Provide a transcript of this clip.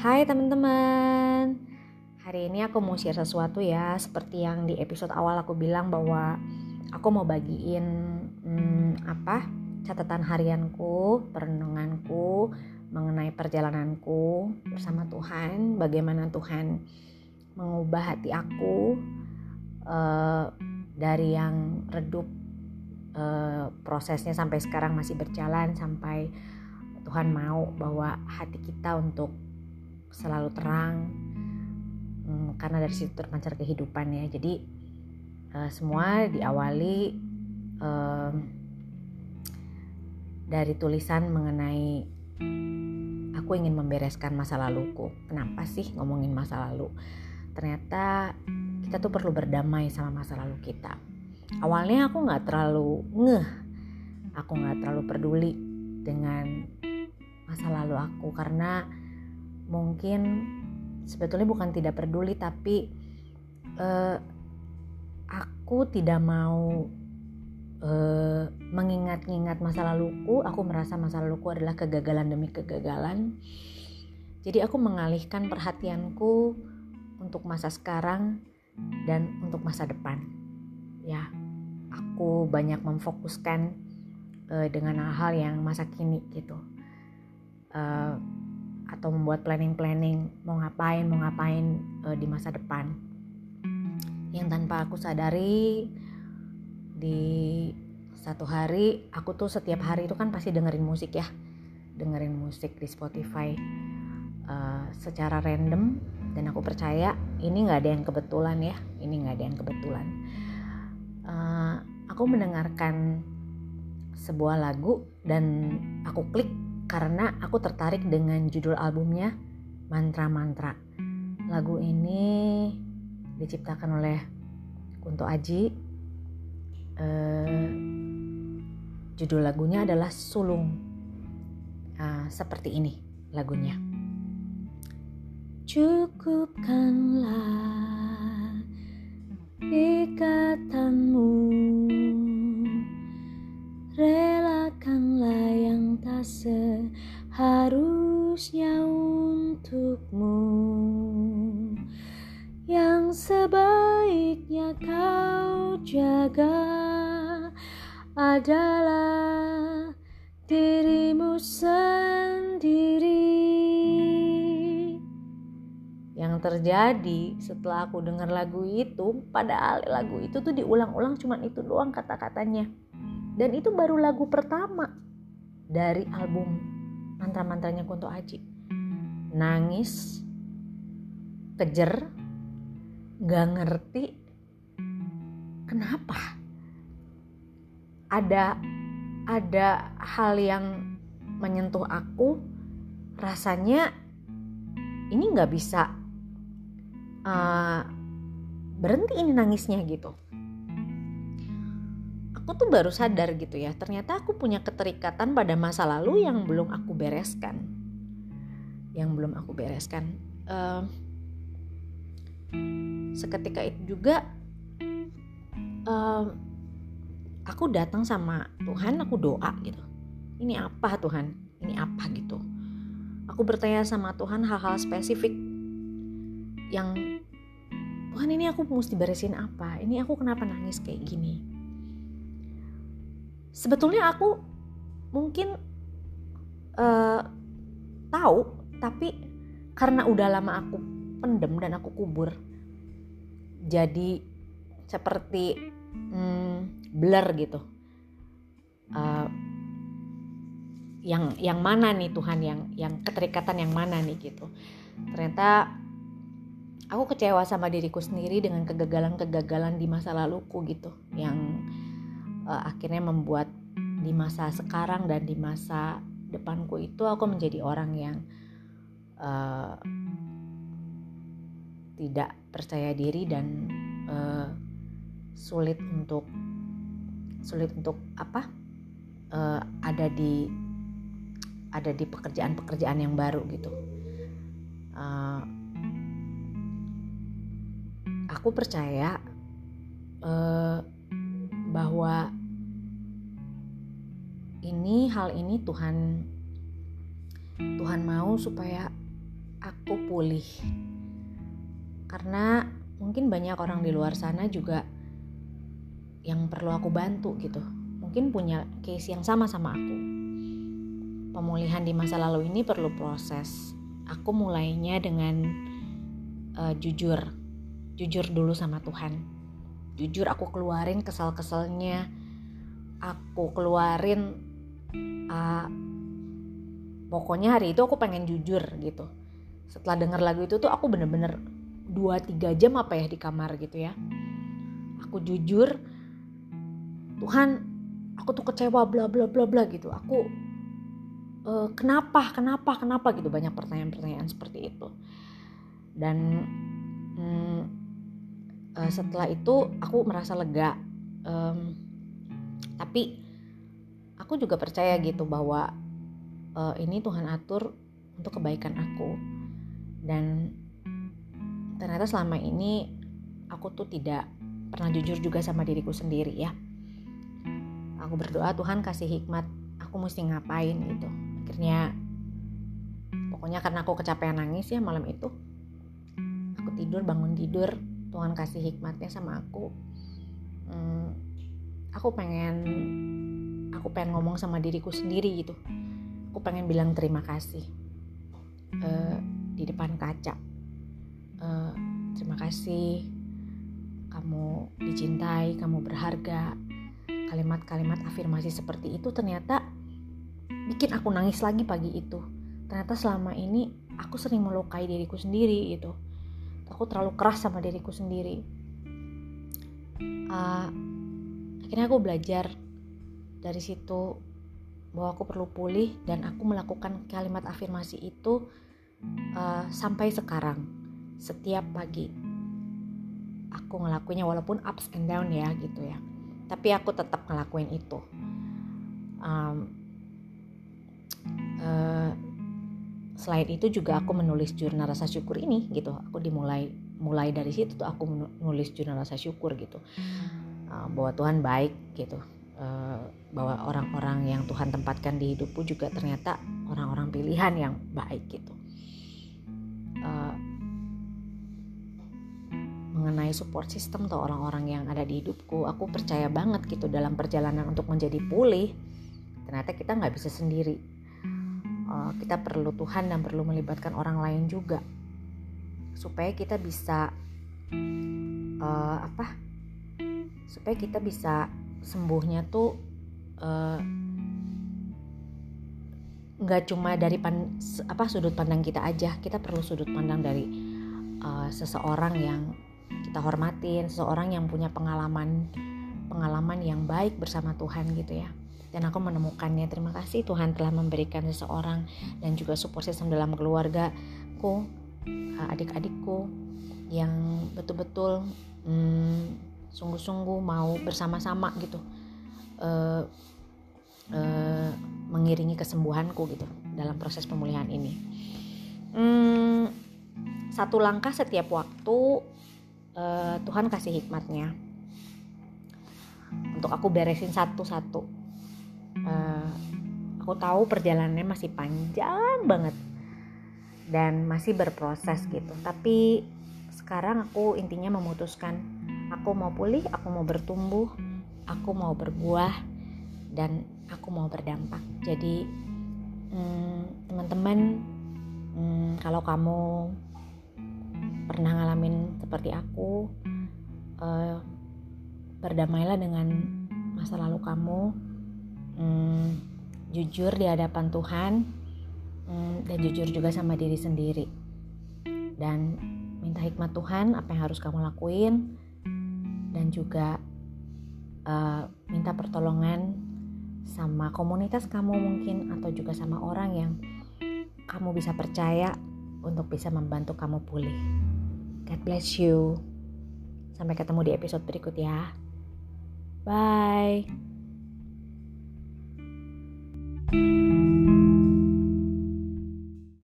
Hai teman-teman, hari ini aku mau share sesuatu ya. Seperti yang di episode awal aku bilang bahwa aku mau bagiin catatan harianku, perenunganku mengenai perjalananku bersama Tuhan. Bagaimana Tuhan mengubah hati aku dari yang redup, prosesnya sampai sekarang masih berjalan, sampai Tuhan mau bahwa hati kita untuk selalu terang, karena dari situ terpancar kehidupan ya. Jadi semua diawali dari tulisan mengenai aku ingin membereskan masa laluku. Kenapa sih ngomongin masa lalu? Ternyata kita tuh perlu berdamai sama masa lalu kita. Awalnya aku gak terlalu aku gak terlalu peduli dengan masa lalu aku, karena mungkin sebetulnya bukan tidak peduli, tapi aku tidak mau mengingat-ingat masa laluku. Aku merasa masa laluku adalah kegagalan demi kegagalan. Jadi aku mengalihkan perhatianku untuk masa sekarang dan untuk masa depan. Ya, aku banyak memfokuskan dengan hal-hal yang masa kini gitu. Atau membuat planning mau ngapain di masa depan. Yang tanpa aku sadari, di satu hari aku tuh setiap hari itu kan pasti dengerin musik di Spotify secara random, dan aku percaya ini nggak ada yang kebetulan ya, aku mendengarkan sebuah lagu dan aku klik karena aku tertarik dengan judul albumnya, Mantra-Mantra. Lagu ini diciptakan oleh Kunto Aji. Judul lagunya adalah Sulung. Seperti ini lagunya. Cukupkanlah ikatanmu, relakanlah yang tak seharusnya untukmu, yang sebaiknya kau jaga adalah dirimu sendiri. Yang terjadi setelah aku dengar lagu itu, padahal lagu itu tuh diulang-ulang cuman itu doang kata-katanya. Dan itu baru lagu pertama dari album Mantra-Mantranya Kunto Aji. Nangis, kejer, gak ngerti kenapa. Ada hal yang menyentuh aku, rasanya ini gak bisa berhenti ini nangisnya gitu. Aku tuh baru sadar gitu ya, ternyata aku punya keterikatan pada masa lalu yang belum aku bereskan. Seketika itu juga aku datang sama Tuhan, aku doa gitu. Ini apa Tuhan? Ini apa gitu. Aku bertanya sama Tuhan hal-hal spesifik yang, Tuhan ini aku mesti beresin apa? Ini aku kenapa nangis kayak gini? Sebetulnya aku mungkin tahu, tapi karena udah lama aku pendem dan aku kubur, jadi seperti blur gitu. Yang mana nih Tuhan, yang keterikatan yang mana nih gitu. Ternyata aku kecewa sama diriku sendiri dengan kegagalan di masa laluku gitu, yang akhirnya membuat di masa sekarang dan di masa depanku itu aku menjadi orang yang tidak percaya diri dan sulit untuk ada di pekerjaan yang baru gitu. Aku percaya bahwa hal ini Tuhan mau supaya aku pulih. Karena mungkin banyak orang di luar sana juga yang perlu aku bantu gitu. Mungkin punya case yang sama aku. Pemulihan di masa lalu ini perlu proses. Aku mulainya dengan jujur dulu sama Tuhan. Jujur aku keluarin kesal-kesalnya. Aku keluarin pokoknya hari itu aku pengen jujur gitu. Setelah denger lagu itu tuh aku bener-bener 2-3 jam di kamar gitu ya. Aku jujur, Tuhan, aku tuh kecewa bla bla bla bla gitu. Aku kenapa gitu, banyak pertanyaan-pertanyaan seperti itu. Dan setelah itu aku merasa lega. Tapi aku juga percaya gitu bahwa ini Tuhan atur untuk kebaikan aku. Dan ternyata selama ini aku tuh tidak pernah jujur juga sama diriku sendiri ya. Aku berdoa Tuhan kasih hikmat, aku mesti ngapain gitu. Akhirnya pokoknya karena aku kecapean nangis ya malam itu. Aku bangun tidur, Tuhan kasih hikmatnya sama aku. Aku pengen ngomong sama diriku sendiri gitu. Aku pengen bilang terima kasih di depan kaca. Terima kasih, kamu dicintai, kamu berharga. Kalimat-kalimat afirmasi seperti itu ternyata bikin aku nangis lagi pagi itu. Ternyata selama ini aku sering melukai diriku sendiri gitu. Aku terlalu keras sama diriku sendiri. Akhirnya aku belajar dari situ bahwa aku perlu pulih, dan aku melakukan kalimat afirmasi itu sampai sekarang. Setiap pagi aku ngelakuinnya, walaupun ups and down ya gitu ya, tapi aku tetap ngelakuin itu. Selain itu juga aku menulis jurnal rasa syukur ini gitu. Aku mulai dari situ tuh aku menulis jurnal rasa syukur gitu, bahwa Tuhan baik gitu, bahwa orang-orang yang Tuhan tempatkan di hidupku juga ternyata orang-orang pilihan yang baik gitu. Mengenai support system atau orang-orang yang ada di hidupku, aku percaya banget gitu dalam perjalanan untuk menjadi pulih. Ternyata kita nggak bisa sendiri. Kita perlu Tuhan dan perlu melibatkan orang lain juga supaya kita bisa supaya kita bisa sembuhnya tuh nggak cuma dari sudut pandang kita aja. Kita perlu sudut pandang dari seseorang yang kita hormatin, seseorang yang punya pengalaman yang baik bersama Tuhan gitu ya. Dan aku menemukannya. Terima kasih Tuhan telah memberikan seseorang dan juga support system dalam keluargaku, adik-adikku yang betul-betul sungguh-sungguh mau bersama-sama gitu mengiringi kesembuhanku gitu dalam proses pemulihan ini. Satu langkah setiap waktu Tuhan kasih hikmatnya untuk aku beresin satu-satu. Aku tahu perjalanannya masih panjang banget dan masih berproses gitu. Tapi sekarang aku intinya memutuskan, aku mau pulih, aku mau bertumbuh, aku mau berbuah, dan aku mau berdampak. Jadi teman-teman, kalau kamu pernah ngalamin seperti aku, berdamailah dengan masa lalu kamu, jujur di hadapan Tuhan, dan jujur juga sama diri sendiri, dan minta hikmat Tuhan apa yang harus kamu lakuin, dan juga minta pertolongan sama komunitas kamu mungkin, atau juga sama orang yang kamu bisa percaya untuk bisa membantu kamu pulih. God bless you. Sampai ketemu di episode berikut ya. Bye.